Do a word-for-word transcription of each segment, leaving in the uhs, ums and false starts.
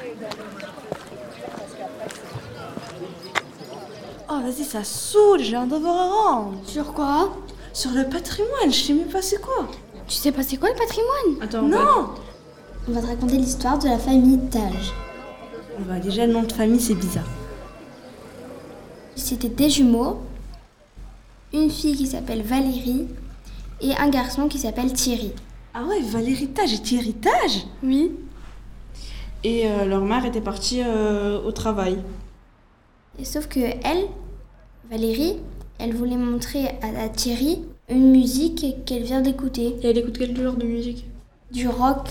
Oh, vas-y, ça saoule, j'ai un devoir à rendre. Sur quoi? Sur le patrimoine, je sais même pas c'est quoi. Tu sais pas c'est quoi le patrimoine? Attends, non. On va te raconter l'histoire de la famille Tage. Bah, déjà, le nom de famille, c'est bizarre. C'était des jumeaux, une fille qui s'appelle Valérie et un garçon qui s'appelle Thierry. Ah ouais, Valérie Tage et Thierry Tage? Oui. Et euh, leur mère était partie euh, au travail. Et sauf que elle, Valérie, elle voulait montrer à, à Thierry une musique qu'elle vient d'écouter. Et elle écoute quel genre de musique? Du rock.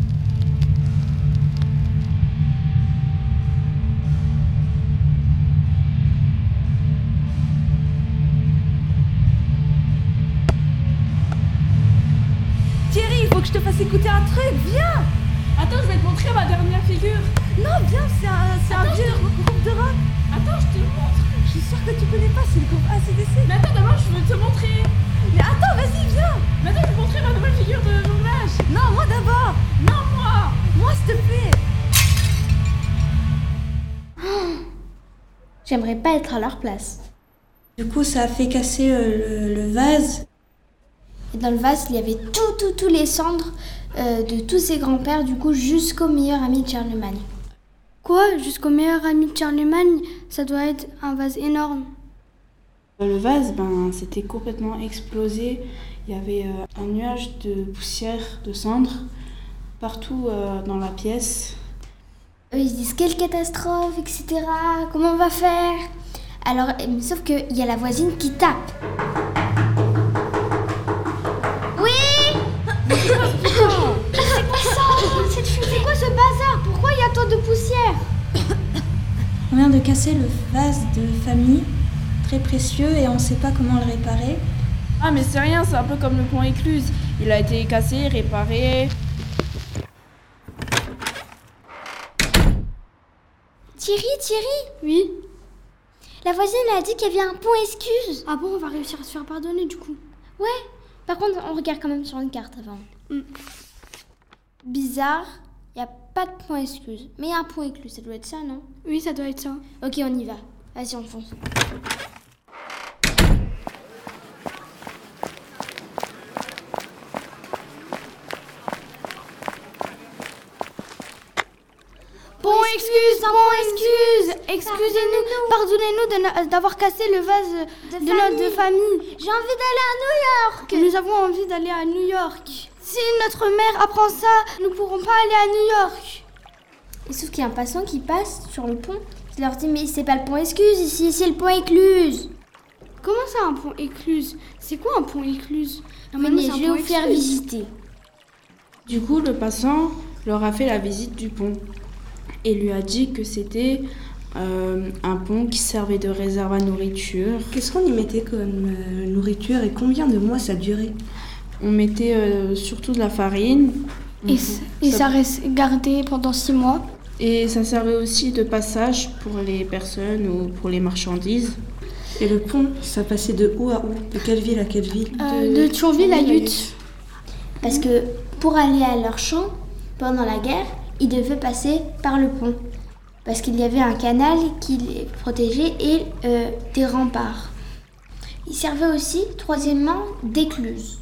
Thierry, il faut que je te fasse écouter un truc, viens. Attends, je vais te montrer ma dernière figure. Non, viens, c'est un, c'est un vieux groupe de rock. Attends, je te montre. Je suis sûre que tu connais pas, c'est le groupe A C D C. Mais attends, d'abord, je veux te montrer. Mais attends, vas-y, viens. Mais attends, je vais te montrer ma nouvelle figure de jonglage. Non, moi d'abord. Non, moi. Moi, s'il te plaît. J'aimerais pas être à leur place. Du coup, ça a fait casser euh, le, le vase. Et dans le vase, il y avait tout, tout, tous les cendres euh, de tous ses grands-pères, du coup, jusqu'au meilleur ami de Charlemagne. Quoi? Jusqu'au meilleur ami de Charlemagne? Ça doit être un vase énorme. Le vase, ben, c'était complètement explosé. Il y avait euh, un nuage de poussière, de cendres, partout euh, dans la pièce. Eux, ils se disent quelle catastrophe, et cetera. Comment on va faire? Alors, euh, sauf qu'il y a la voisine qui tape. Oui. C'est quoi ça? C'est quoi ce bazar? Pourquoi il y a tant de poussière? On vient de casser le vase de famille, très précieux, et on ne sait pas comment le réparer. Ah, mais c'est rien, c'est un peu comme le pont écluse. Il a été cassé, réparé. Thierry, Thierry, Oui. la voisine a dit qu'il y avait un pont excuse. Ah bon, on va réussir à se faire pardonner du coup. Ouais, par contre, on regarde quand même sur une carte avant. Mm. Bizarre, il n'y a pas de pont excuse, mais il y a un pont écluse, ça doit être ça, non? Oui, ça doit être ça. Ok, on y va. Vas-y, on fonce. Bon, excuse, bon, excuse. Excusez-nous, pardonnez-nous de no- d'avoir cassé le vase de, De notre famille. J'ai envie d'aller à New York. Nous avons envie d'aller à New York. Si notre mère apprend ça, nous pourrons pas aller à New York. Et sauf qu'il y a un passant qui passe sur le pont. Il leur dit, mais c'est pas le pont excuse ici, c'est le pont écluse. Comment ça, un pont écluse? C'est quoi un pont écluse? Venez, je vais vous faire visiter. Du coup, le passant leur a fait la visite du pont et lui a dit que c'était euh, un pont qui servait de réserve à nourriture. Qu'est-ce qu'on y mettait comme euh, nourriture et combien de mois ça durait? On mettait euh, surtout de la farine. Et, c- et ça reste gardé pendant six mois. Et ça servait aussi de passage pour les personnes ou pour les marchandises. Et le pont, ça passait de où à où? De quelle ville à quelle ville? Euh, de Thionville à Yute. Parce que pour aller à leur champ, pendant la guerre, ils devaient passer par le pont. Parce qu'il y avait un canal qui les protégeait et euh, des remparts. Ils servaient aussi, troisièmement, d'écluse.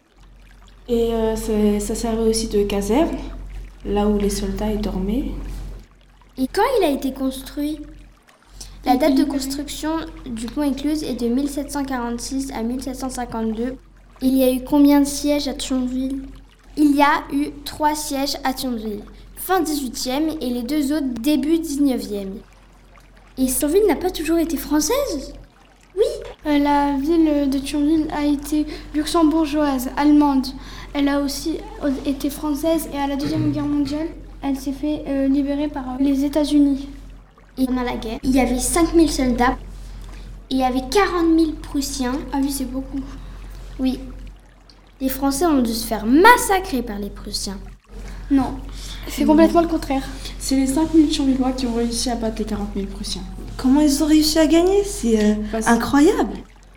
Et euh, ça, ça servait aussi de caserne, là où les soldats y dormaient. Et quand il a été construit? La date de construction du pont écluse est de mille sept cent quarante-six à mille sept cent cinquante-deux. Il y a eu combien de sièges à Thionville? Il y a eu trois sièges à Thionville, fin dix-huitième et les deux autres début dix-neuvième. Et Thionville n'a pas toujours été française? Euh, la ville de Thionville a été luxembourgeoise, allemande. Elle a aussi été française et à la Deuxième Guerre mondiale, elle s'est fait euh, libérer par euh, les États-Unis. Et pendant la guerre, il y avait cinq mille soldats et il y avait quarante mille Prussiens. Ah oui, c'est beaucoup. Oui, les Français ont dû se faire massacrer par les Prussiens. Non, c'est complètement le contraire. C'est les cinq mille Thionvillois qui ont réussi à battre les quarante mille Prussiens. Comment ils ont réussi à gagner? C'est euh, Parce- incroyable.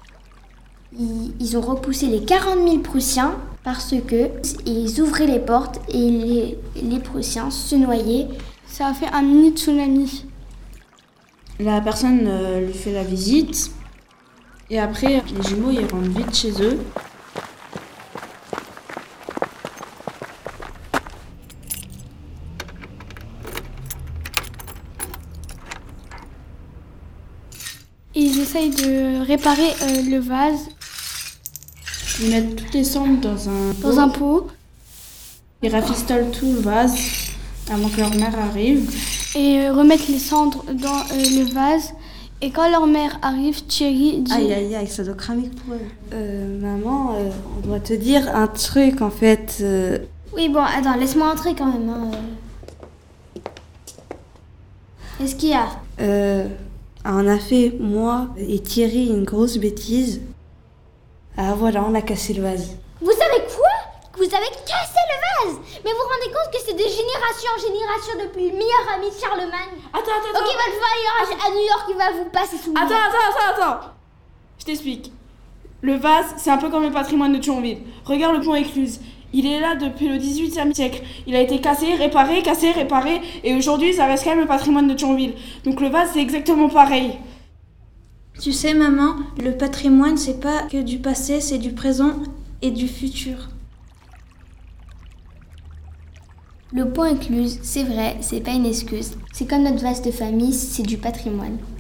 Ils, ils ont repoussé les quarante mille Prussiens parce que ils ouvraient les portes et les, les Prussiens se noyaient. ça a fait un mini tsunami. La personne euh, lui fait la visite et après les jumeaux ils rentrent vite chez eux. Et ils essayent de réparer euh, le vase Ils mettent toutes les cendres dans un pot. dans un pot Ils rafistolent tout le vase avant que leur mère arrive. et euh, remettent les cendres dans euh, le vase. Et quand leur mère arrive, Thierry dit... Aïe aïe aïe, ça doit cramer pour eux. Euh, maman, euh, on doit te dire un truc en fait. euh, Oui, bon, attends, laisse-moi entrer quand même. Hein. Qu'est-ce qu'il y a? euh, on a fait, moi et Thierry, une grosse bêtise. Ah voilà, on a cassé le vase. Vous savez quoi? Vous avez cassé le vase. Mais vous vous rendez compte que c'est de génération en génération depuis le meilleur ami de Charlemagne? Attends, attends, Ok, attends. votre voyage à New York, il va vous passer sous le Attends, nez. attends, attends, attends. Je t'explique. Le vase, c'est un peu comme le patrimoine de Thionville. Regarde le pont écluse. Il est là depuis le dix-huitième siècle. Il a été cassé, réparé, cassé, réparé. Et aujourd'hui, ça reste quand même le patrimoine de Thionville. Donc le vase, c'est exactement pareil. Tu sais, maman, le patrimoine, c'est pas que du passé, c'est du présent et du futur. Le pont écluse, c'est vrai, c'est pas une excuse. C'est comme notre vase de famille, c'est du patrimoine.